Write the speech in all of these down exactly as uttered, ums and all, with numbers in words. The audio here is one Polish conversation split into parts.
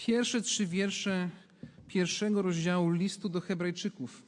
pierwsze trzy wiersze pierwszego rozdziału listu do Hebrajczyków.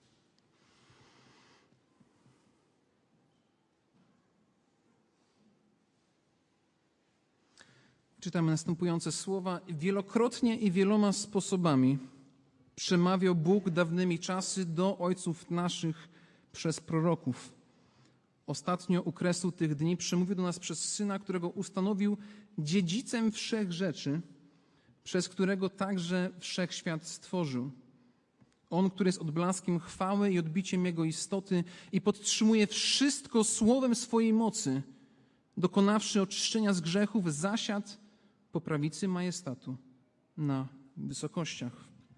Czytamy następujące słowa. Wielokrotnie i wieloma sposobami przemawiał Bóg dawnymi czasy do ojców naszych przez proroków. Ostatnio u kresu tych dni przemówił do nas przez Syna, którego ustanowił dziedzicem wszech rzeczy, przez którego także wszechświat stworzył. On, który jest odblaskiem chwały i odbiciem Jego istoty i podtrzymuje wszystko słowem swojej mocy, dokonawszy oczyszczenia z grzechów, zasiadł po prawicy majestatu na wysokościach.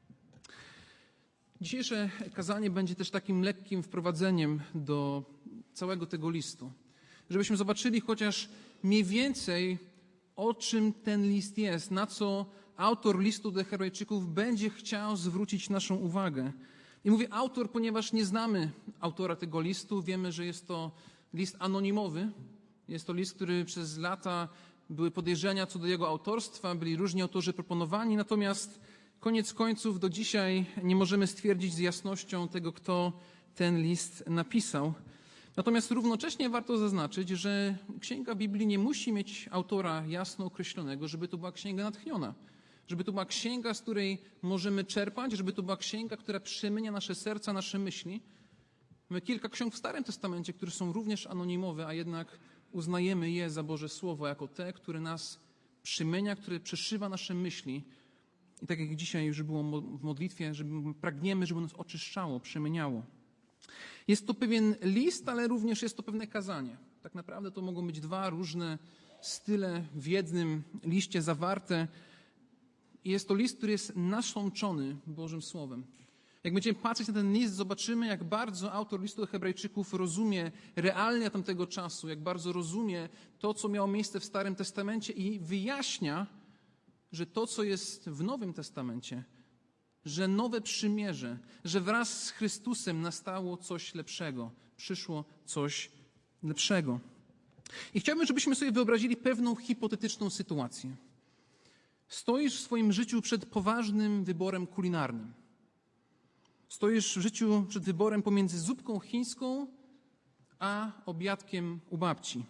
Dzisiejsze kazanie będzie też takim lekkim wprowadzeniem do całego tego listu, żebyśmy zobaczyli chociaż mniej więcej, o czym ten list jest, na co autor listu do Hebrajczyków będzie chciał zwrócić naszą uwagę. I mówię autor, ponieważ nie znamy autora tego listu. Wiemy, że jest to list anonimowy. Jest to list, który przez lata były podejrzenia co do jego autorstwa, byli różni autorzy proponowani, natomiast koniec końców do dzisiaj nie możemy stwierdzić z jasnością tego, kto ten list napisał. Natomiast równocześnie warto zaznaczyć, że Księga Biblii nie musi mieć autora jasno określonego, żeby to była księga natchniona. Żeby to była księga, z której możemy czerpać, żeby to była księga, która przemienia nasze serca, nasze myśli. Mamy kilka ksiąg w Starym Testamencie, które są również anonimowe, a jednak uznajemy je za Boże Słowo, jako te, które nas przemienia, które przeszywa nasze myśli. I tak jak dzisiaj już było w modlitwie, żeby pragniemy, żeby nas oczyszczało, przemieniało. Jest to pewien list, ale również jest to pewne kazanie. Tak naprawdę to mogą być dwa różne style w jednym liście zawarte. I jest to list, który jest nasączony Bożym Słowem. Jak będziemy patrzeć na ten list, zobaczymy, jak bardzo autor listu do Hebrajczyków rozumie realia tamtego czasu, jak bardzo rozumie to, co miało miejsce w Starym Testamencie i wyjaśnia, że to, co jest w Nowym Testamencie, że nowe przymierze, że wraz z Chrystusem nastało coś lepszego, przyszło coś lepszego. I chciałbym, żebyśmy sobie wyobrazili pewną hipotetyczną sytuację. Stoisz w swoim życiu przed poważnym wyborem kulinarnym. Stoisz w życiu przed wyborem pomiędzy zupką chińską a obiadkiem u babci.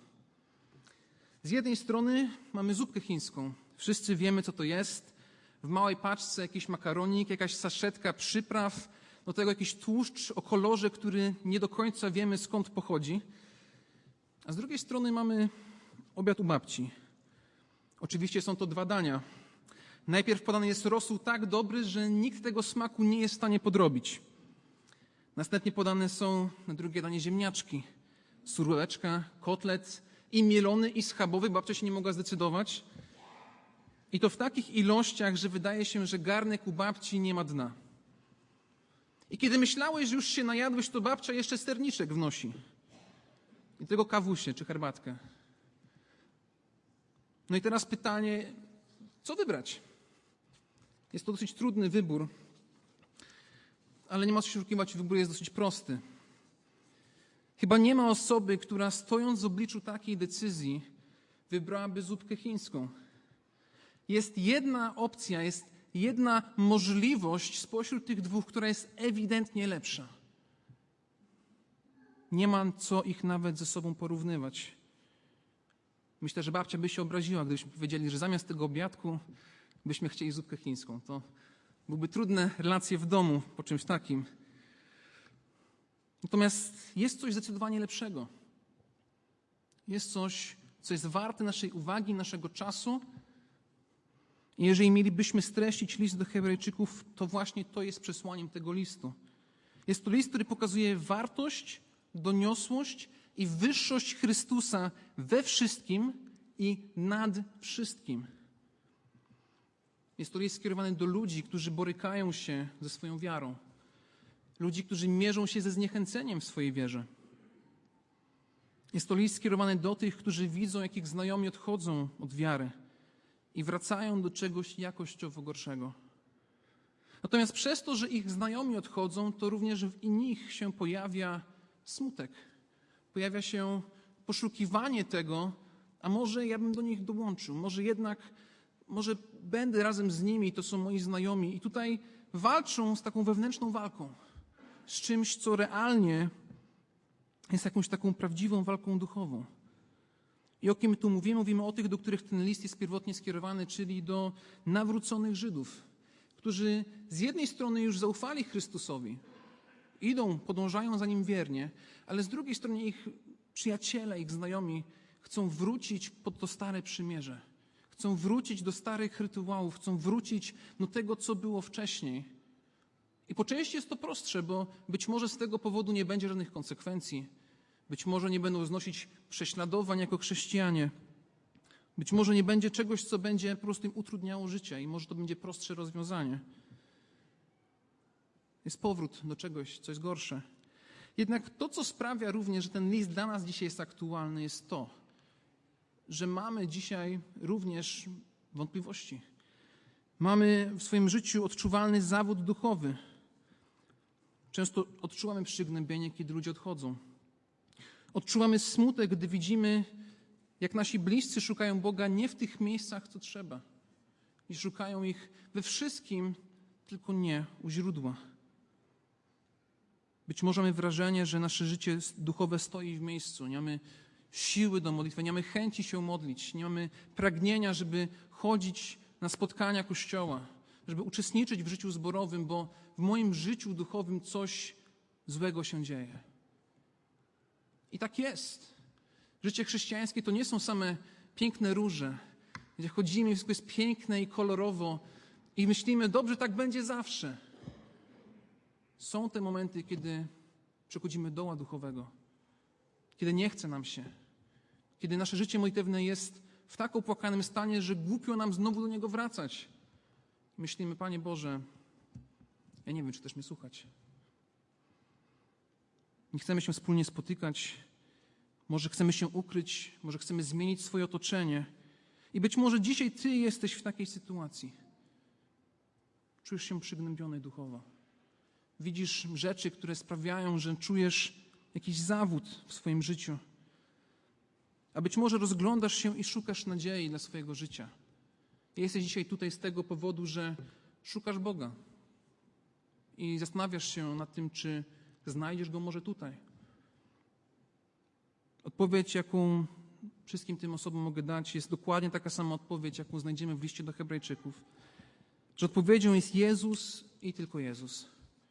Z jednej strony mamy zupkę chińską. Wszyscy wiemy, co to jest. W małej paczce jakiś makaronik, jakaś saszetka przypraw, do tego jakiś tłuszcz o kolorze, który nie do końca wiemy, skąd pochodzi. A z drugiej strony mamy obiad u babci. Oczywiście są to dwa dania. Najpierw podany jest rosół tak dobry, że nikt tego smaku nie jest w stanie podrobić. Następnie podane są na drugie danie ziemniaczki, suróweczka, kotlet i mielony, i schabowy. Babcia się nie mogła zdecydować. I to w takich ilościach, że wydaje się, że garnek u babci nie ma dna. I kiedy myślałeś, że już się najadłeś, to babcia jeszcze sterniczek wnosi. I tego kawusie czy herbatkę. No i teraz pytanie, co wybrać? Jest to dosyć trudny wybór, ale nie ma co się oszukiwać, wybór jest dosyć prosty. Chyba nie ma osoby, która stojąc w obliczu takiej decyzji wybrałaby zupkę chińską. Jest jedna opcja, jest jedna możliwość spośród tych dwóch, która jest ewidentnie lepsza. Nie ma co ich nawet ze sobą porównywać. Myślę, że babcia by się obraziła, gdybyśmy powiedzieli, że zamiast tego obiadku byśmy chcieli zupkę chińską. To byłyby trudne relacje w domu po czymś takim. Natomiast jest coś zdecydowanie lepszego. Jest coś, co jest warte naszej uwagi, naszego czasu. I jeżeli mielibyśmy streścić list do Hebrajczyków, to właśnie to jest przesłaniem tego listu. Jest to list, który pokazuje wartość, doniosłość i wyższość Chrystusa we wszystkim i nad wszystkim. Jest to list skierowany do ludzi, którzy borykają się ze swoją wiarą. Ludzi, którzy mierzą się ze zniechęceniem w swojej wierze. Jest to list skierowany do tych, którzy widzą, jak ich znajomi odchodzą od wiary i wracają do czegoś jakościowo gorszego. Natomiast przez to, że ich znajomi odchodzą, to również w nich się pojawia smutek. Pojawia się poszukiwanie tego, a może ja bym do nich dołączył, może jednak, może będę razem z nimi, to są moi znajomi i tutaj walczą z taką wewnętrzną walką, z czymś, co realnie jest jakąś taką prawdziwą walką duchową. I o kim tu mówimy? Mówimy o tych, do których ten list jest pierwotnie skierowany, czyli do nawróconych Żydów, którzy z jednej strony już zaufali Chrystusowi, idą, podążają za Nim wiernie, ale z drugiej strony ich przyjaciele, ich znajomi chcą wrócić pod to stare przymierze. Chcą wrócić do starych rytuałów, chcą wrócić do tego, co było wcześniej. I po części jest to prostsze, bo być może z tego powodu nie będzie żadnych konsekwencji. Być może nie będą znosić prześladowań jako chrześcijanie. Być może nie będzie czegoś, co będzie po prostu im utrudniało życie i może to będzie prostsze rozwiązanie. Jest powrót do czegoś, co jest gorsze. Jednak to, co sprawia również, że ten list dla nas dzisiaj jest aktualny, jest to, że mamy dzisiaj również wątpliwości. Mamy w swoim życiu odczuwalny zawód duchowy. Często odczuwamy przygnębienie, kiedy ludzie odchodzą. Odczuwamy smutek, gdy widzimy, jak nasi bliscy szukają Boga nie w tych miejscach, co trzeba. I szukają ich we wszystkim, tylko nie u źródła. Być może mamy wrażenie, że nasze życie duchowe stoi w miejscu. Nie mamy siły do modlitwy, nie mamy chęci się modlić, nie mamy pragnienia, żeby chodzić na spotkania Kościoła, żeby uczestniczyć w życiu zborowym, bo w moim życiu duchowym coś złego się dzieje. I tak jest. Życie chrześcijańskie to nie są same piękne róże, gdzie chodzimy i wszystko jest piękne i kolorowo i myślimy, dobrze, tak będzie zawsze. Są te momenty, kiedy przechodzimy doła duchowego, kiedy nie chce nam się, kiedy nasze życie modlitewne jest w tak opłakanym stanie, że głupio nam znowu do niego wracać. Myślimy, Panie Boże, ja nie wiem, czy chcesz mnie słuchać. Nie chcemy się wspólnie spotykać, może chcemy się ukryć, może chcemy zmienić swoje otoczenie. I być może dzisiaj Ty jesteś w takiej sytuacji. Czujesz się przygnębiony duchowo. Widzisz rzeczy, które sprawiają, że czujesz jakiś zawód w swoim życiu. A być może rozglądasz się i szukasz nadziei dla swojego życia. Jesteś dzisiaj tutaj z tego powodu, że szukasz Boga. I zastanawiasz się nad tym, czy znajdziesz Go może tutaj. Odpowiedź, jaką wszystkim tym osobom mogę dać, jest dokładnie taka sama odpowiedź, jaką znajdziemy w liście do Hebrajczyków. Że odpowiedzią jest Jezus i tylko Jezus.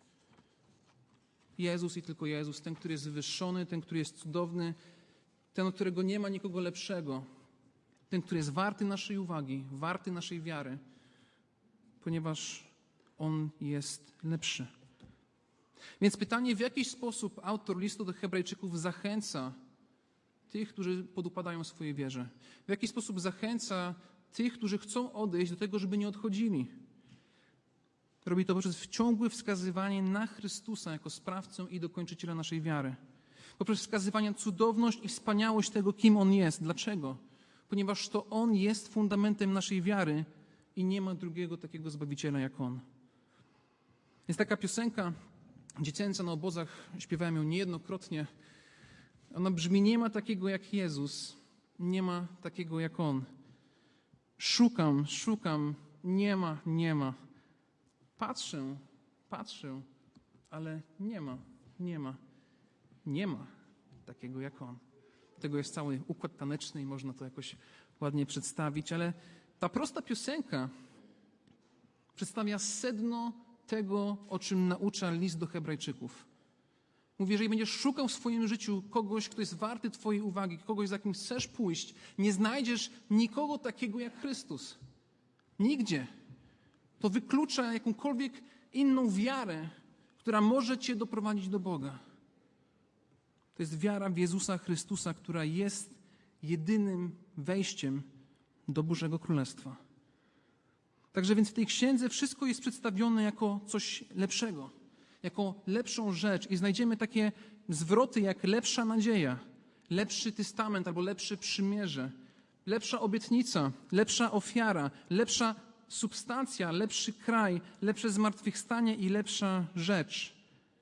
Jezus i tylko Jezus, ten, który jest wywyższony, ten, który jest cudowny, ten, od którego nie ma nikogo lepszego, ten, który jest warty naszej uwagi, warty naszej wiary, ponieważ On jest lepszy. Więc pytanie, w jaki sposób autor listu do Hebrajczyków zachęca tych, którzy podupadają w swojej wierze? W jaki sposób zachęca tych, którzy chcą odejść, do tego, żeby nie odchodzili? Robi to poprzez ciągłe wskazywanie na Chrystusa jako sprawcę i dokończyciela naszej wiary. Poprzez wskazywanie cudowność i wspaniałość tego, kim On jest. Dlaczego? Ponieważ to On jest fundamentem naszej wiary i nie ma drugiego takiego Zbawiciela jak On. Jest taka piosenka dziecięca na obozach, śpiewałem ją niejednokrotnie. Ona brzmi: nie ma takiego jak Jezus, nie ma takiego jak On. Szukam, szukam, nie ma, nie ma. Patrzę, patrzę, ale nie ma, nie ma, nie ma takiego jak On. Tego jest cały układ taneczny i można to jakoś ładnie przedstawić, ale ta prosta piosenka przedstawia sedno tego, o czym naucza list do Hebrajczyków. Mówi, jeżeli będziesz szukał w swoim życiu kogoś, kto jest warty twojej uwagi, kogoś, za kim chcesz pójść, nie znajdziesz nikogo takiego jak Chrystus. Nigdzie. To wyklucza jakąkolwiek inną wiarę, która może cię doprowadzić do Boga. To jest wiara w Jezusa Chrystusa, która jest jedynym wejściem do Bożego Królestwa. Także więc w tej księdze wszystko jest przedstawione jako coś lepszego, jako lepszą rzecz i znajdziemy takie zwroty jak lepsza nadzieja, lepszy testament albo lepsze przymierze, lepsza obietnica, lepsza ofiara, lepsza substancja, lepszy kraj, lepsze zmartwychwstanie i lepsza rzecz.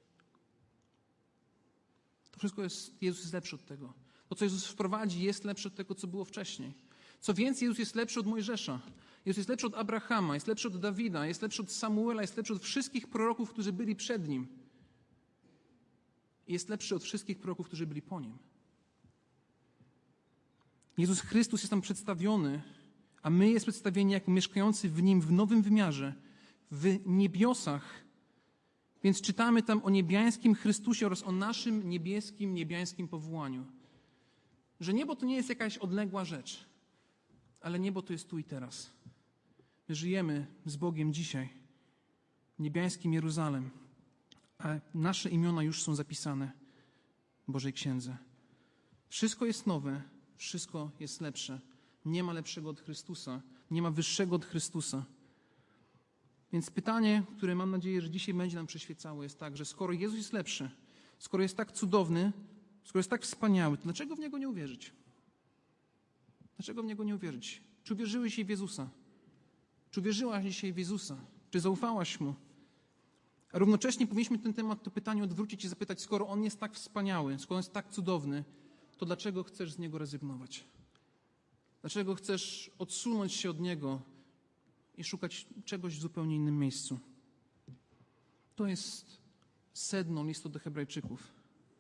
To wszystko jest, Jezus jest lepszy od tego. To, co Jezus wprowadzi, jest lepsze od tego, co było wcześniej. Co więcej, Jezus jest lepszy od Mojżesza. Jezus jest lepszy od Abrahama, jest lepszy od Dawida, jest lepszy od Samuela, jest lepszy od wszystkich proroków, którzy byli przed Nim. Jest lepszy od wszystkich proroków, którzy byli po Nim. Jezus Chrystus jest nam przedstawiony, a my jest przedstawieni jako mieszkający w Nim w nowym wymiarze, w niebiosach. Więc czytamy tam o niebiańskim Chrystusie oraz o naszym niebieskim, niebiańskim powołaniu. Że niebo to nie jest jakaś odległa rzecz, ale niebo to jest tu i teraz. My żyjemy z Bogiem dzisiaj, w niebiańskim Jeruzalem, a nasze imiona już są zapisane w Bożej Księdze. Wszystko jest nowe, wszystko jest lepsze. Nie ma lepszego od Chrystusa, nie ma wyższego od Chrystusa. Więc pytanie, które mam nadzieję, że dzisiaj będzie nam przyświecało, jest tak, że skoro Jezus jest lepszy, skoro jest tak cudowny, skoro jest tak wspaniały, to dlaczego w Niego nie uwierzyć? Dlaczego w Niego nie uwierzyć? Czy uwierzyłeś dzisiaj w Jezusa? Czy uwierzyłaś dzisiaj w Jezusa? Czy zaufałaś Mu? A równocześnie powinniśmy ten temat, to pytanie odwrócić i zapytać, skoro On jest tak wspaniały, skoro On jest tak cudowny, to dlaczego chcesz z Niego rezygnować? Dlaczego chcesz odsunąć się od Niego i szukać czegoś w zupełnie innym miejscu? To jest sedno listu do Hebrajczyków.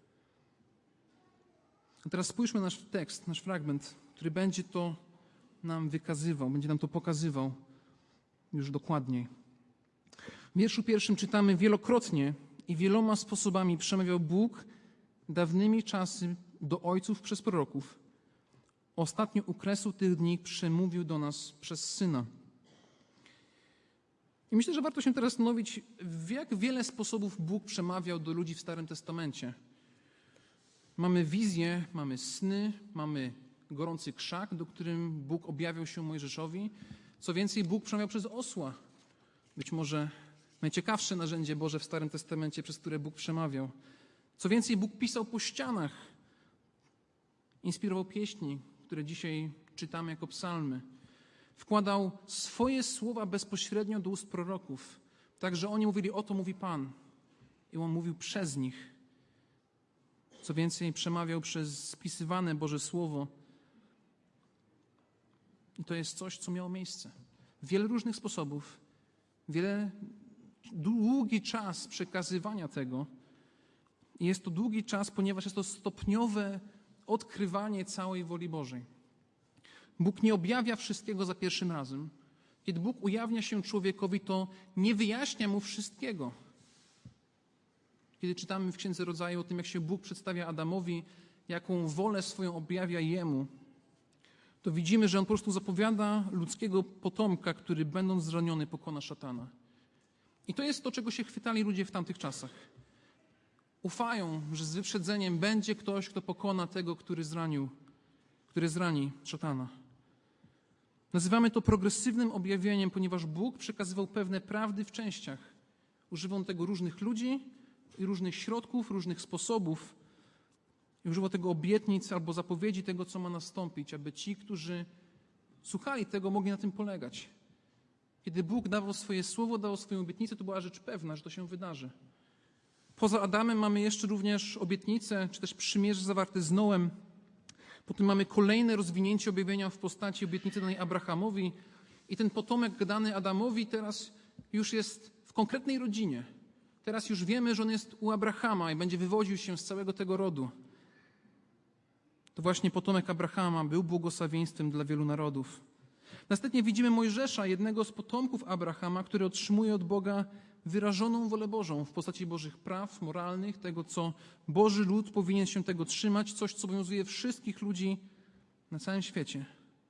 A teraz spójrzmy na nasz tekst, nasz fragment, który będzie to nam wykazywał, będzie nam to pokazywał już dokładniej. W wierszu pierwszym czytamy: wielokrotnie i wieloma sposobami przemawiał Bóg dawnymi czasy do ojców przez proroków. Ostatnio u kresu tych dni przemówił do nas przez Syna. I myślę, że warto się teraz zastanowić, w jak wiele sposobów Bóg przemawiał do ludzi w Starym Testamencie. Mamy wizje, mamy sny, mamy gorący krzak, do którym Bóg objawiał się Mojżeszowi. Co więcej, Bóg przemawiał przez osła. Być może najciekawsze narzędzie Boże w Starym Testamencie, przez które Bóg przemawiał. Co więcej, Bóg pisał po ścianach. Inspirował pieśni, które dzisiaj czytamy jako psalmy. Wkładał swoje słowa bezpośrednio do ust proroków. Tak, że oni mówili: oto mówi Pan. I On mówił przez nich. Co więcej, przemawiał przez spisywane Boże Słowo. I to jest coś, co miało miejsce. Wiele różnych sposobów, wiele, długi czas przekazywania tego. I jest to długi czas, ponieważ jest to stopniowe odkrywanie całej woli Bożej. Bóg nie objawia wszystkiego za pierwszym razem. Kiedy Bóg ujawnia się człowiekowi, to nie wyjaśnia mu wszystkiego. Kiedy czytamy w Księdze Rodzaju o tym, jak się Bóg przedstawia Adamowi, jaką wolę swoją objawia jemu, to widzimy, że On po prostu zapowiada ludzkiego potomka, który będąc zraniony pokona szatana. I to jest to, czego się chwytali ludzie w tamtych czasach. Ufają, że z wyprzedzeniem będzie ktoś, kto pokona tego, który zranił, który zrani szatana. Nazywamy to progresywnym objawieniem, ponieważ Bóg przekazywał pewne prawdy w częściach. Używał tego różnych ludzi i różnych środków, różnych sposobów. I używał tego obietnic albo zapowiedzi tego, co ma nastąpić, aby ci, którzy słuchali tego, mogli na tym polegać. Kiedy Bóg dawał swoje słowo, dawał swoją obietnicę, to była rzecz pewna, że to się wydarzy. Poza Adamem mamy jeszcze również obietnice, czy też przymierze zawarte z Noem. Potem mamy kolejne rozwinięcie objawienia w postaci obietnicy danej Abrahamowi. I ten potomek dany Adamowi teraz już jest w konkretnej rodzinie. Teraz już wiemy, że on jest u Abrahama i będzie wywodził się z całego tego rodu. To właśnie potomek Abrahama był błogosławieństwem dla wielu narodów. Następnie widzimy Mojżesza, jednego z potomków Abrahama, który otrzymuje od Boga wyrażoną wolę Bożą w postaci Bożych praw moralnych, tego, co Boży lud powinien się tego trzymać, coś, co obowiązuje wszystkich ludzi na całym świecie.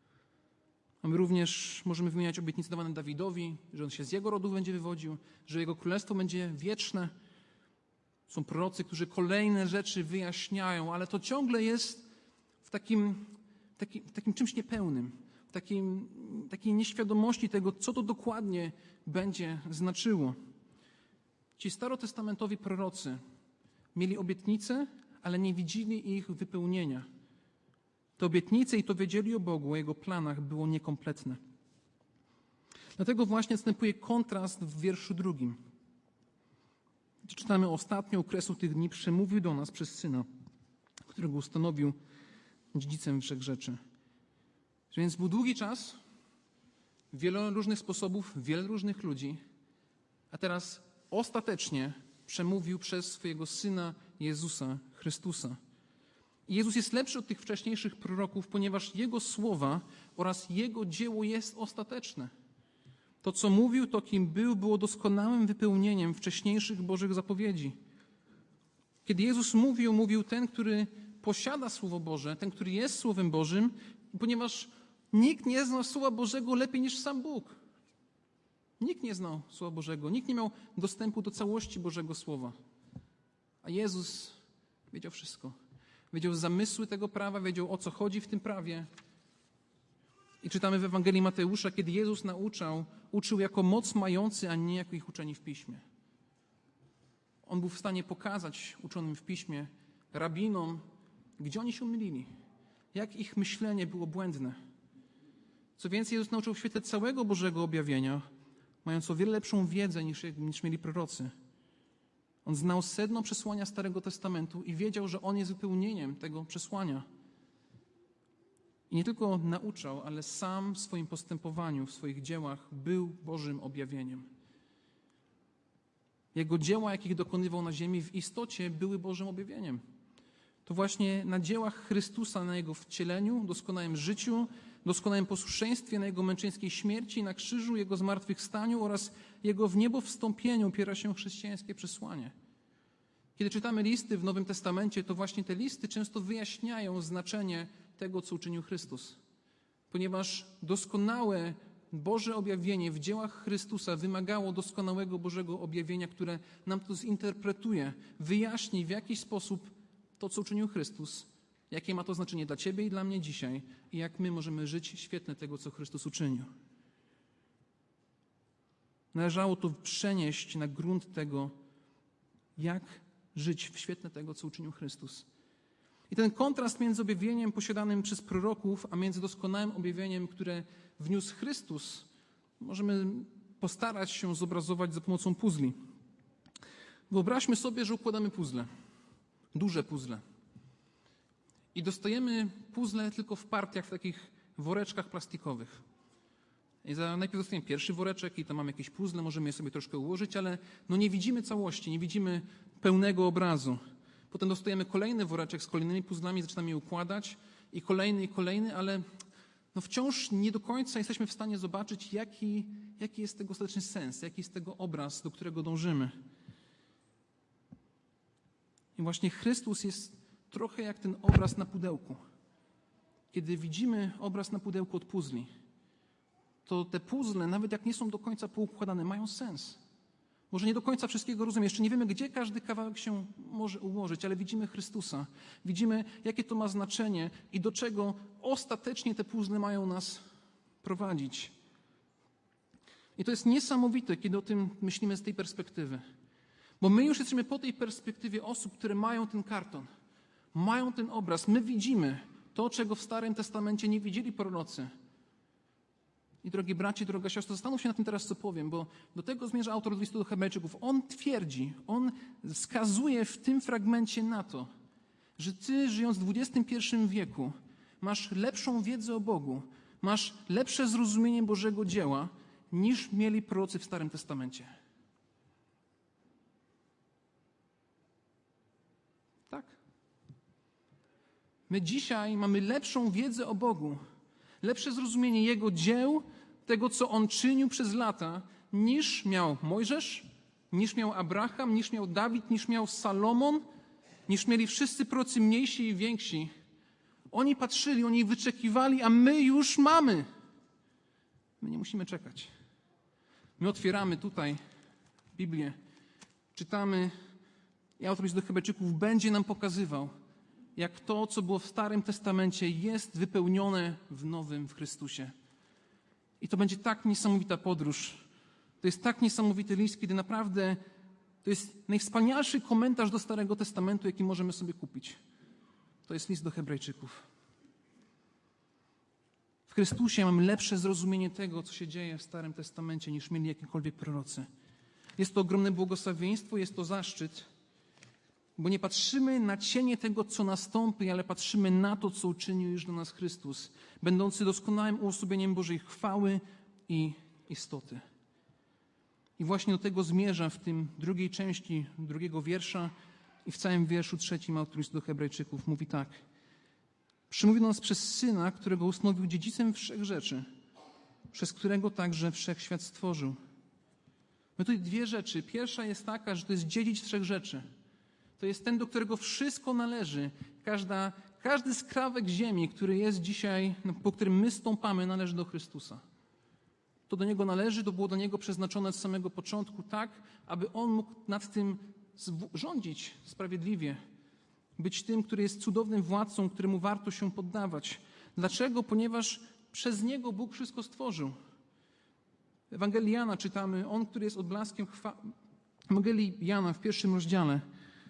A my również możemy wymieniać obietnice dawane Dawidowi, że on się z jego rodu będzie wywodził, że jego królestwo będzie wieczne. Są prorocy, którzy kolejne rzeczy wyjaśniają, ale to ciągle jest w takim, takim, takim czymś niepełnym, w takim, takiej nieświadomości tego, co to dokładnie będzie znaczyło. Ci starotestamentowi prorocy mieli obietnice, ale nie widzieli ich wypełnienia. Te obietnice i to wiedzieli o Bogu, o Jego planach było niekompletne. Dlatego właśnie następuje kontrast w wierszu drugim. Gdzie czytamy: ostatnio u kresu tych dni przemówił do nas przez Syna, którego ustanowił dziedzicem wszech rzeczy. Więc był długi czas, wiele różnych sposobów, wiele różnych ludzi, a teraz ostatecznie przemówił przez swojego Syna Jezusa Chrystusa. I Jezus jest lepszy od tych wcześniejszych proroków, ponieważ Jego słowa oraz Jego dzieło jest ostateczne. To, co mówił, to kim był, było doskonałym wypełnieniem wcześniejszych Bożych zapowiedzi. Kiedy Jezus mówił, mówił ten, który posiada Słowo Boże, ten, który jest Słowem Bożym, ponieważ nikt nie znał Słowa Bożego lepiej niż sam Bóg. Nikt nie znał Słowa Bożego, nikt nie miał dostępu do całości Bożego Słowa. A Jezus wiedział wszystko. Wiedział zamysły tego prawa, wiedział, o co chodzi w tym prawie. I czytamy w Ewangelii Mateusza, kiedy Jezus nauczał, uczył jako moc mający, a nie jako ich uczeni w Piśmie. On był w stanie pokazać uczonym w Piśmie, rabinom, gdzie oni się mylili, jak ich myślenie było błędne. Co więcej, Jezus nauczył w świetle całego Bożego objawienia, mając o wiele lepszą wiedzę niż, niż mieli prorocy. On znał sedno przesłania Starego Testamentu i wiedział, że on jest wypełnieniem tego przesłania. I nie tylko nauczał, ale sam w swoim postępowaniu, w swoich dziełach był Bożym objawieniem. Jego dzieła, jakich dokonywał na ziemi, w istocie były Bożym objawieniem. To właśnie na dziełach Chrystusa, na Jego wcieleniu, doskonałym życiu, doskonałym posłuszeństwie, na Jego męczeńskiej śmierci, na krzyżu, Jego zmartwychwstaniu oraz Jego w niebo wstąpieniu opiera się chrześcijańskie przesłanie. Kiedy czytamy listy w Nowym Testamencie, to właśnie te listy często wyjaśniają znaczenie tego, co uczynił Chrystus. Ponieważ doskonałe Boże objawienie w dziełach Chrystusa wymagało doskonałego Bożego objawienia, które nam to zinterpretuje, wyjaśni w jakiś sposób to, co uczynił Chrystus, jakie ma to znaczenie dla Ciebie i dla mnie dzisiaj i jak my możemy żyć świetnie tego, co Chrystus uczynił. Należało to przenieść na grunt tego, jak żyć w świetle tego, co uczynił Chrystus. I ten kontrast między objawieniem posiadanym przez proroków, a między doskonałym objawieniem, które wniósł Chrystus, możemy postarać się zobrazować za pomocą puzli. Wyobraźmy sobie, że układamy puzzle, duże puzzle. I dostajemy puzzle tylko w partiach, w takich woreczkach plastikowych. I za, najpierw dostajemy pierwszy woreczek i tam mamy jakieś puzzle, możemy je sobie troszkę ułożyć, ale no nie widzimy całości, nie widzimy pełnego obrazu. Potem dostajemy kolejny woreczek z kolejnymi puzzlami, zaczynamy je układać i kolejny, i kolejny, ale no wciąż nie do końca jesteśmy w stanie zobaczyć, jaki, jaki jest tego ostateczny sens, jaki jest tego obraz, do którego dążymy. I właśnie Chrystus jest trochę jak ten obraz na pudełku. Kiedy widzimy obraz na pudełku od puzli, to te puzzle, nawet jak nie są do końca poukładane, mają sens. Może nie do końca wszystkiego rozumiemy. Jeszcze nie wiemy, gdzie każdy kawałek się może ułożyć, ale widzimy Chrystusa. Widzimy, jakie to ma znaczenie i do czego ostatecznie te puzzle mają nas prowadzić. I to jest niesamowite, kiedy o tym myślimy z tej perspektywy. Bo my już jesteśmy po tej perspektywie osób, które mają ten karton, mają ten obraz. My widzimy to, czego w Starym Testamencie nie widzieli prorocy. I drogi bracie, droga siostro, zastanów się na tym teraz, co powiem, bo do tego zmierza autor listu do Hebrajczyków. On twierdzi, on wskazuje w tym fragmencie na to, że ty, żyjąc w dwudziestym pierwszym wieku, masz lepszą wiedzę o Bogu, masz lepsze zrozumienie Bożego dzieła, niż mieli prorocy w Starym Testamencie. Tak. My dzisiaj mamy lepszą wiedzę o Bogu, lepsze zrozumienie Jego dzieł, tego, co On czynił przez lata, niż miał Mojżesz, niż miał Abraham, niż miał Dawid, niż miał Salomon, niż mieli wszyscy prorocy mniejsi i więksi. Oni patrzyli, oni wyczekiwali, a my już mamy. My nie musimy czekać. My otwieramy tutaj Biblię, czytamy i autor listu do Hebrajczyków będzie nam pokazywał, jak to, co było w Starym Testamencie, jest wypełnione w Nowym, w Chrystusie. I to będzie tak niesamowita podróż. To jest tak niesamowity list, kiedy naprawdę to jest najwspanialszy komentarz do Starego Testamentu, jaki możemy sobie kupić. To jest list do Hebrajczyków. W Chrystusie mamy lepsze zrozumienie tego, co się dzieje w Starym Testamencie, niż mieli jakiekolwiek prorocy. Jest to ogromne błogosławieństwo, jest to zaszczyt, bo nie patrzymy na cienie tego, co nastąpi, ale patrzymy na to, co uczynił już dla nas Chrystus, będący doskonałym uosobieniem Bożej chwały i istoty. I właśnie do tego zmierza w tym drugiej części drugiego wiersza i w całym wierszu trzecim autor listu do Hebrajczyków mówi tak. Przymówił do nas przez Syna, którego ustanowił dziedzicem wszech rzeczy, przez którego także wszechświat stworzył. My tutaj dwie rzeczy. Pierwsza jest taka, że to jest dziedzic wszech rzeczy. To jest ten, do którego wszystko należy. Każda, każdy skrawek ziemi, który jest dzisiaj, po którym my stąpamy, należy do Chrystusa. To do Niego należy, to było do Niego przeznaczone od samego początku tak, aby On mógł nad tym rządzić sprawiedliwie. Być tym, który jest cudownym władcą, któremu warto się poddawać. Dlaczego? Ponieważ przez Niego Bóg wszystko stworzył. W Ewangelii Jana czytamy, On, który jest odblaskiem chwały. W Ewangelii Jana w pierwszym rozdziale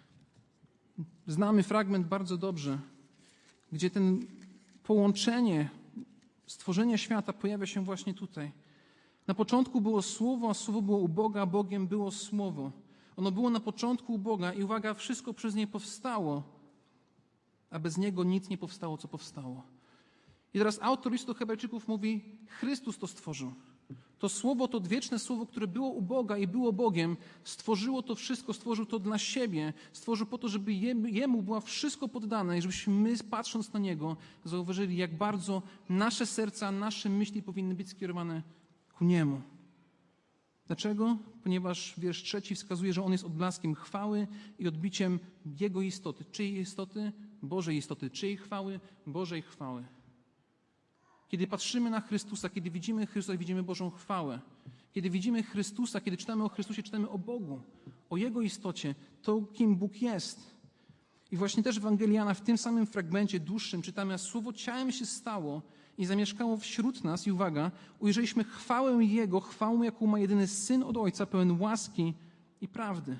znamy fragment bardzo dobrze, gdzie ten połączenie stworzenia świata pojawia się właśnie tutaj. Na początku było Słowo, a Słowo było u Boga, a Bogiem było Słowo. Ono było na początku u Boga i uwaga, wszystko przez nie powstało, a bez Niego nic nie powstało, co powstało. I teraz autor listu do Hebrajczyków mówi, Chrystus to stworzył. To Słowo, to wieczne Słowo, które było u Boga i było Bogiem, stworzyło to wszystko, stworzył to dla siebie, stworzył po to, żeby Jemu było wszystko poddane i żebyśmy my, patrząc na Niego, zauważyli, jak bardzo nasze serca, nasze myśli powinny być skierowane ku Niemu. Dlaczego? Ponieważ wiersz trzeci wskazuje, że On jest odblaskiem chwały i odbiciem Jego istoty. Czyjej istoty? Bożej istoty. Czyjej chwały? Bożej chwały. Kiedy patrzymy na Chrystusa, kiedy widzimy Chrystusa, widzimy Bożą chwałę. Kiedy widzimy Chrystusa, kiedy czytamy o Chrystusie, czytamy o Bogu, o Jego istocie, to kim Bóg jest. I właśnie też w Ewangelii Jana, w tym samym fragmencie dłuższym czytamy, a Słowo ciałem się stało i zamieszkało wśród nas i uwaga, ujrzeliśmy chwałę Jego, chwałę, jaką ma jedyny Syn od Ojca, pełen łaski i prawdy.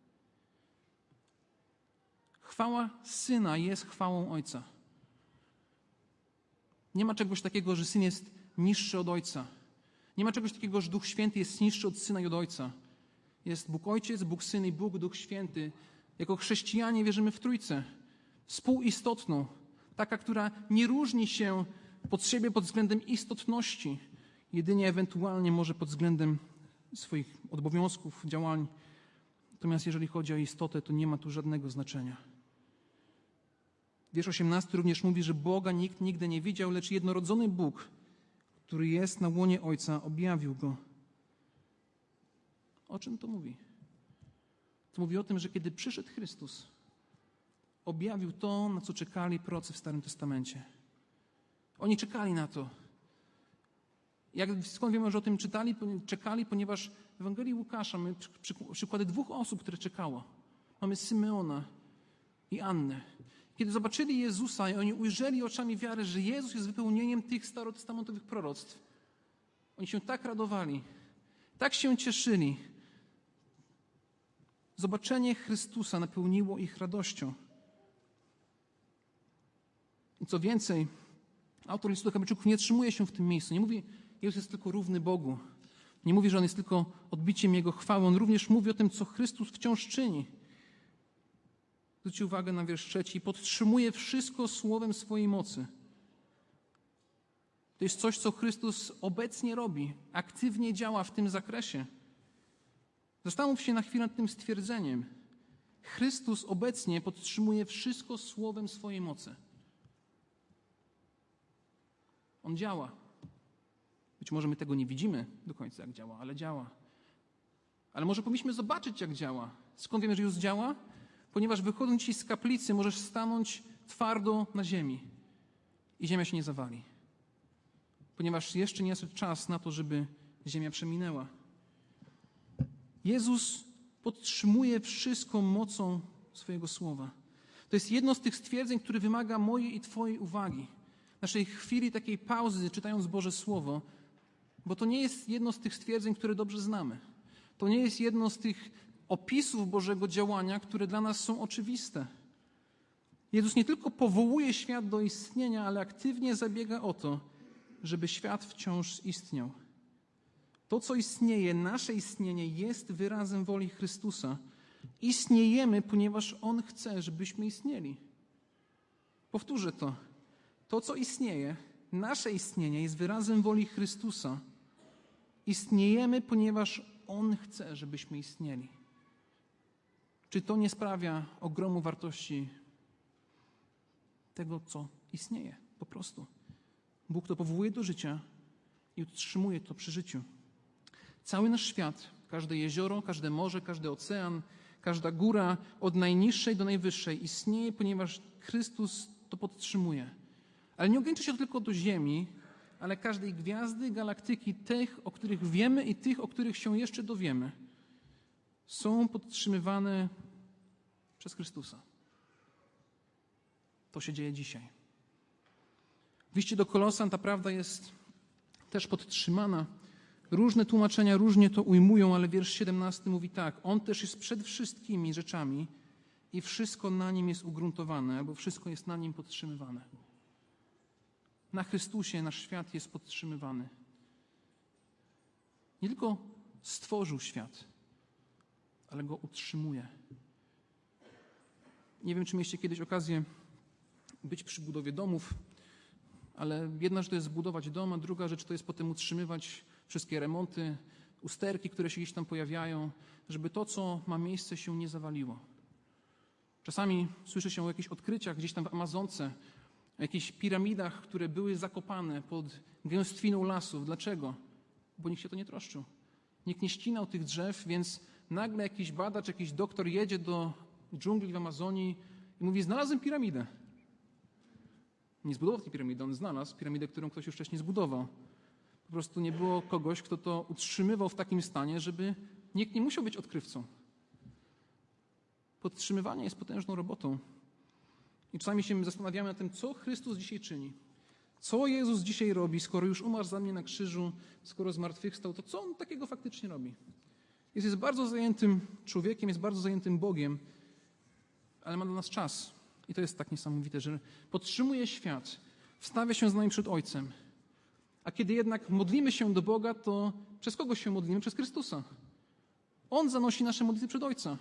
Chwała Syna jest chwałą Ojca. Nie ma czegoś takiego, że Syn jest niższy od Ojca. Nie ma czegoś takiego, że Duch Święty jest niższy od Syna i od Ojca. Jest Bóg Ojciec, Bóg Syn i Bóg Duch Święty. Jako chrześcijanie wierzymy w Trójcę. Współistotną. Taka, która nie różni się pod siebie pod względem istotności. Jedynie ewentualnie może pod względem swoich obowiązków, działań. Natomiast jeżeli chodzi o istotę, to nie ma tu żadnego znaczenia. Wiersz osiemnasty również mówi, że Boga nikt nigdy nie widział, lecz jednorodzony Bóg, który jest na łonie Ojca, objawił Go. O czym to mówi? To mówi o tym, że kiedy przyszedł Chrystus, objawił to, na co czekali prorocy w Starym Testamencie. Oni czekali na to. Jak, skąd wiemy, że o tym czytali, czekali? Ponieważ w Ewangelii Łukasza mamy przykłady dwóch osób, które czekało. Mamy Symeona i Annę. Kiedy zobaczyli Jezusa i oni ujrzeli oczami wiary, że Jezus jest wypełnieniem tych starotestamentowych proroctw, oni się tak radowali, tak się cieszyli. Zobaczenie Chrystusa napełniło ich radością. I co więcej, autor listu do Hebrajczyków nie trzymuje się w tym miejscu. Nie mówi, Jezus jest tylko równy Bogu. Nie mówi, że On jest tylko odbiciem Jego chwały. On również mówi o tym, co Chrystus wciąż czyni. Zwróćcie uwagę na wiersz trzeci. Podtrzymuje wszystko słowem swojej mocy. To jest coś, co Chrystus obecnie robi. Aktywnie działa w tym zakresie. Zastanów się na chwilę nad tym stwierdzeniem. Chrystus obecnie podtrzymuje wszystko słowem swojej mocy. On działa. Być może my tego nie widzimy do końca, jak działa, ale działa. Ale może powinniśmy zobaczyć, jak działa. Skąd wiemy, że Jezus działa? Ponieważ wychodząc ci z kaplicy, możesz stanąć twardo na ziemi i ziemia się nie zawali. Ponieważ jeszcze nie jest czas na to, żeby ziemia przeminęła. Jezus podtrzymuje wszystko mocą swojego słowa. To jest jedno z tych stwierdzeń, które wymaga mojej i twojej uwagi. Naszej chwili takiej pauzy, czytając Boże Słowo, bo to nie jest jedno z tych stwierdzeń, które dobrze znamy. To nie jest jedno z tych opisów Bożego działania, które dla nas są oczywiste. Jezus nie tylko powołuje świat do istnienia, ale aktywnie zabiega o to, żeby świat wciąż istniał. To, co istnieje, nasze istnienie jest wyrazem woli Chrystusa. Istniejemy, ponieważ On chce, żebyśmy istnieli. Powtórzę to. To, co istnieje, nasze istnienie jest wyrazem woli Chrystusa. Istniejemy, ponieważ On chce, żebyśmy istnieli. Czy to nie sprawia ogromu wartości tego, co istnieje? Po prostu. Bóg to powołuje do życia i utrzymuje to przy życiu. Cały nasz świat, każde jezioro, każde morze, każdy ocean, każda góra, od najniższej do najwyższej istnieje, ponieważ Chrystus to podtrzymuje. Ale nie ogranicza się to tylko do Ziemi, ale każdej gwiazdy, galaktyki, tych, o których wiemy i tych, o których się jeszcze dowiemy, są podtrzymywane przez Chrystusa. To się dzieje dzisiaj. W liście do Kolosan ta prawda jest też podtrzymana. Różne tłumaczenia różnie to ujmują, ale wiersz siedemnasty mówi tak. On też jest przed wszystkimi rzeczami i wszystko na Nim jest ugruntowane, albo wszystko jest na Nim podtrzymywane. Na Chrystusie nasz świat jest podtrzymywany. Nie tylko stworzył świat, ale go utrzymuje. Nie wiem, czy mieliście kiedyś okazję być przy budowie domów, ale jedna rzecz to jest zbudować dom, a druga rzecz to jest potem utrzymywać wszystkie remonty, usterki, które się gdzieś tam pojawiają, żeby to, co ma miejsce, się nie zawaliło. Czasami słyszy się o jakichś odkryciach gdzieś tam w Amazonce, o jakichś piramidach, które były zakopane pod gęstwiną lasów. Dlaczego? Bo nikt się to nie troszczył. Nikt nie ścinał tych drzew, więc nagle jakiś badacz, jakiś doktor jedzie do dżungli w Amazonii i mówi, znalazłem piramidę. Nie zbudował tej piramidy, on znalazł piramidę, którą ktoś już wcześniej zbudował. Po prostu nie było kogoś, kto to utrzymywał w takim stanie, żeby nikt nie musiał być odkrywcą. Podtrzymywanie jest potężną robotą. I czasami się zastanawiamy nad tym, co Chrystus dzisiaj czyni. Co Jezus dzisiaj robi, skoro już umarł za mnie na krzyżu, skoro zmartwychwstał, to co On takiego faktycznie robi? Jezus jest bardzo zajętym człowiekiem, jest bardzo zajętym Bogiem, ale ma dla nas czas. I to jest tak niesamowite, że podtrzymuje świat, wstawia się z nami przed Ojcem. A kiedy jednak modlimy się do Boga, to przez kogo się modlimy? Przez Chrystusa. On zanosi nasze modlitwy przed Ojca.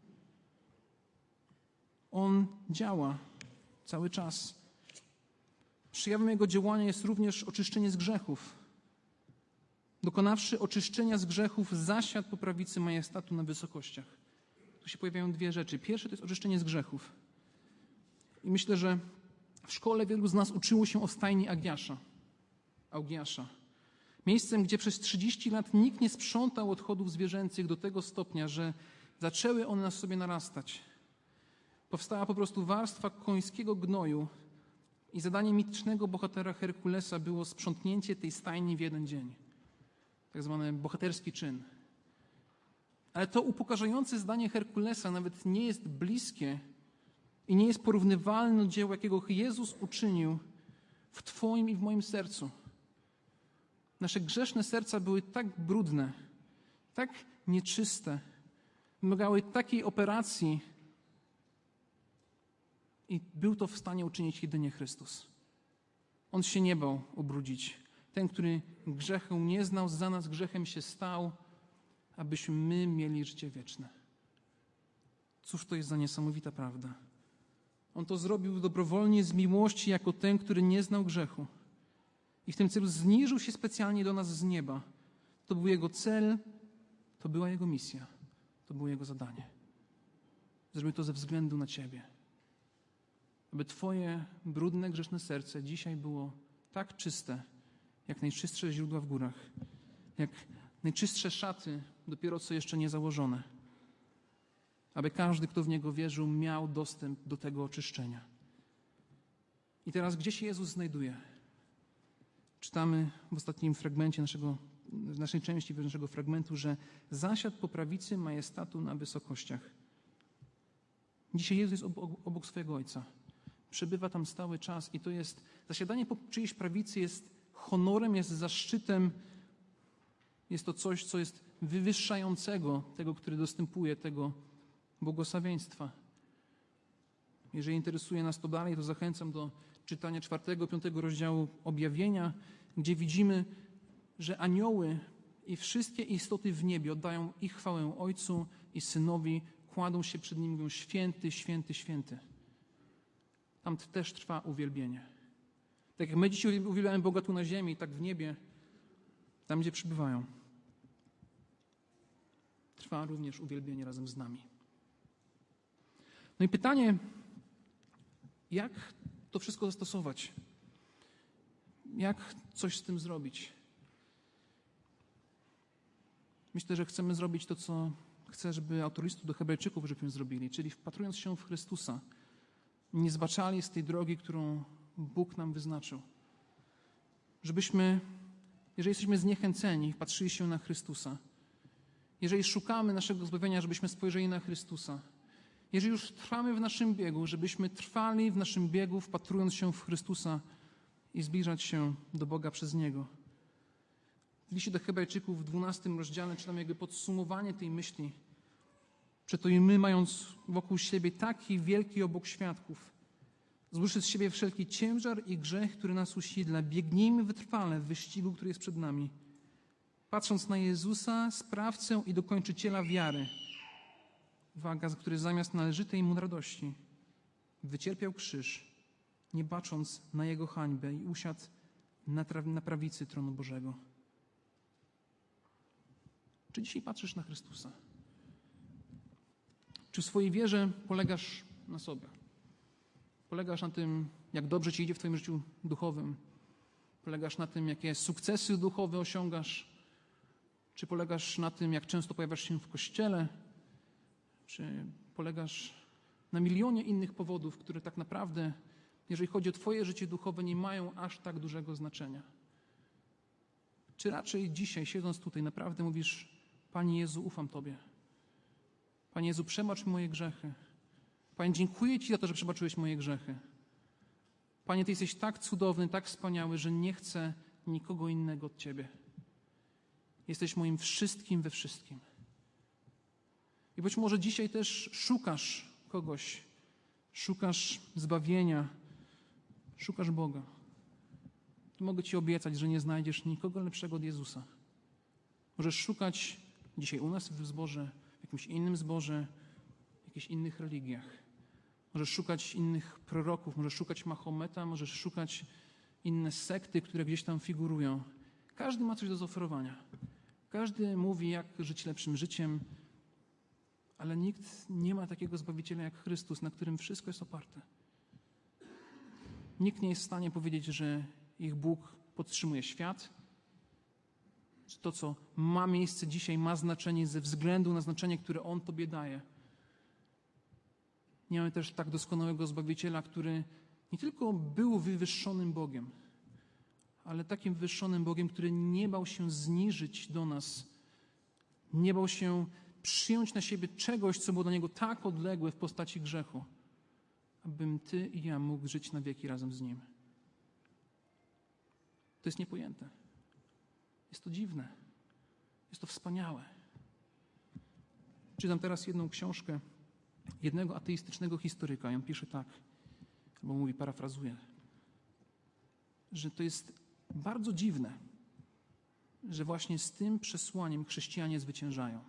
On działa cały czas. Przejawem Jego działania jest również oczyszczenie z grzechów. Dokonawszy oczyszczenia z grzechów, zasiadł po prawicy majestatu na wysokościach. Tu się pojawiają dwie rzeczy. Pierwsze to jest oczyszczenie z grzechów. I myślę, że w szkole wielu z nas uczyło się o stajni Agiasza. Augiasza. Miejscem, gdzie przez trzydzieści lat nikt nie sprzątał odchodów zwierzęcych do tego stopnia, że zaczęły one na sobie narastać. Powstała po prostu warstwa końskiego gnoju i zadaniem mitycznego bohatera Herkulesa było sprzątnięcie tej stajni w jeden dzień. Tak zwany bohaterski czyn. Ale to upokarzające zdanie Herkulesa nawet nie jest bliskie i nie jest porównywalne do dzieła, jakiego Jezus uczynił w Twoim i w moim sercu. Nasze grzeszne serca były tak brudne, tak nieczyste, wymagały takiej operacji i był to w stanie uczynić jedynie Chrystus. On się nie bał ubrudzić. Ten, który grzechu nie znał, za nas grzechem się stał, abyśmy my mieli życie wieczne. Cóż to jest za niesamowita prawda? On to zrobił dobrowolnie z miłości, jako ten, który nie znał grzechu. I w tym celu zniżył się specjalnie do nas z nieba. To był Jego cel, to była Jego misja, to było Jego zadanie. Zrobił to ze względu na Ciebie. Aby Twoje brudne, grzeszne serce dzisiaj było tak czyste, jak najczystsze źródła w górach, jak najczystsze szaty, dopiero co jeszcze nie założone. Aby każdy, kto w Niego wierzył, miał dostęp do tego oczyszczenia. I teraz, gdzie się Jezus znajduje? Czytamy w ostatnim fragmencie naszego, w naszej części naszego fragmentu, że zasiadł po prawicy majestatu na wysokościach. Dzisiaj Jezus jest obok, obok swojego Ojca. Przebywa tam stały czas i to jest, zasiadanie po czyjejś prawicy jest honorem, jest zaszczytem, jest to coś, co jest wywyższającego tego, który dostępuje tego błogosławieństwa. Jeżeli interesuje nas to dalej, to zachęcam do czytania czwartego, piątego rozdziału Objawienia, gdzie widzimy, że anioły i wszystkie istoty w niebie oddają ich chwałę Ojcu i Synowi, kładą się przed Nim i mówią: święty, święty, święty. Tam też trwa uwielbienie. Tak jak my dzisiaj uwielbiamy Boga tu na ziemi, tak w niebie, tam gdzie przybywają. trwa również uwielbienie razem z nami. No i pytanie, jak to wszystko zastosować? Jak coś z tym zrobić? Myślę, że chcemy zrobić to, co chcę, żeby autor listu do Hebrajczyków, żebyśmy zrobili, czyli wpatrując się w Chrystusa, nie zbaczali z tej drogi, którą Bóg nam wyznaczył. Żebyśmy, jeżeli jesteśmy zniechęceni, patrzyli się na Chrystusa. Jeżeli szukamy naszego zbawienia, żebyśmy spojrzeli na Chrystusa. Jeżeli już trwamy w naszym biegu, żebyśmy trwali w naszym biegu, wpatrując się w Chrystusa i zbliżać się do Boga przez Niego. W liście do Hebrajczyków w dwunastym rozdziale czytam jakby podsumowanie tej myśli. Przeto i my, mając wokół siebie taki wielki obok świadków, złóżmy z siebie wszelki ciężar i grzech, który nas usidla, biegnijmy wytrwale w wyścigu, który jest przed nami, patrząc na Jezusa, sprawcę i dokończyciela wiary. Uwaga, który zamiast należytej mu radości wycierpiał krzyż, nie bacząc na Jego hańbę i usiadł na, tra- na prawicy tronu Bożego. Czy dzisiaj patrzysz na Chrystusa? Czy w swojej wierze polegasz na sobie? Polegasz na tym, jak dobrze ci idzie w twoim życiu duchowym? Polegasz na tym, jakie sukcesy duchowe osiągasz? Czy polegasz na tym, jak często pojawiasz się w kościele? Czy polegasz na milionie innych powodów, które tak naprawdę, jeżeli chodzi o twoje życie duchowe, nie mają aż tak dużego znaczenia? Czy raczej dzisiaj, siedząc tutaj, naprawdę mówisz: Panie Jezu, ufam Tobie. Panie Jezu, przebacz mi moje grzechy. Panie, dziękuję Ci za to, że przebaczyłeś moje grzechy. Panie, Ty jesteś tak cudowny, tak wspaniały, że nie chcę nikogo innego od Ciebie. Jesteś moim wszystkim we wszystkim. I być może dzisiaj też szukasz kogoś, szukasz zbawienia, szukasz Boga. To mogę Ci obiecać, że nie znajdziesz nikogo lepszego od Jezusa. Możesz szukać dzisiaj u nas w zborze, w jakimś innym zborze, w jakichś innych religiach. Możesz szukać innych proroków, możesz szukać Mahometa, możesz szukać inne sekty, które gdzieś tam figurują. Każdy ma coś do zaoferowania. Każdy mówi, jak żyć lepszym życiem, ale nikt nie ma takiego Zbawiciela jak Chrystus, na którym wszystko jest oparte. Nikt nie jest w stanie powiedzieć, że ich Bóg podtrzymuje świat, że to, co ma miejsce dzisiaj, ma znaczenie ze względu na znaczenie, które On Tobie daje. Nie mamy też tak doskonałego Zbawiciela, który nie tylko był wywyższonym Bogiem, ale takim wywyższonym Bogiem, który nie bał się zniżyć do nas, nie bał się przyjąć na siebie czegoś, co było dla Niego tak odległe w postaci grzechu, abym Ty i ja mógł żyć na wieki razem z Nim. To jest niepojęte. Jest to dziwne. Jest to wspaniałe. Czytam teraz jedną książkę jednego ateistycznego historyka. I on pisze tak, albo mówi, parafrazuje, że to jest bardzo dziwne, że właśnie z tym przesłaniem chrześcijanie zwyciężają.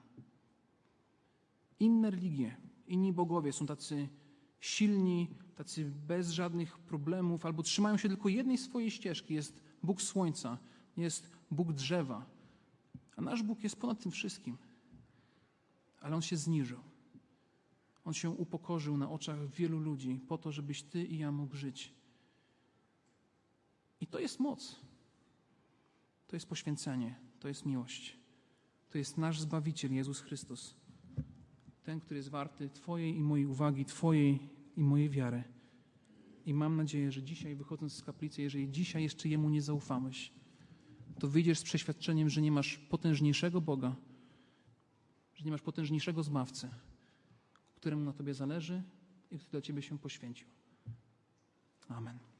Inne religie, inni bogowie są tacy silni, tacy bez żadnych problemów, albo trzymają się tylko jednej swojej ścieżki. Jest Bóg Słońca, jest Bóg drzewa, a nasz Bóg jest ponad tym wszystkim. Ale On się zniżył. On się upokorzył na oczach wielu ludzi po to, żebyś Ty i ja mógł żyć. I to jest moc. To jest poświęcenie. To jest miłość. To jest nasz Zbawiciel, Jezus Chrystus. Ten, który jest warty Twojej i mojej uwagi, Twojej i mojej wiary. I mam nadzieję, że dzisiaj, wychodząc z kaplicy, jeżeli dzisiaj jeszcze Jemu nie zaufałeś, to wyjdziesz z przeświadczeniem, że nie masz potężniejszego Boga, że nie masz potężniejszego Zbawcy, któremu na Tobie zależy i który dla Ciebie się poświęcił. Amen.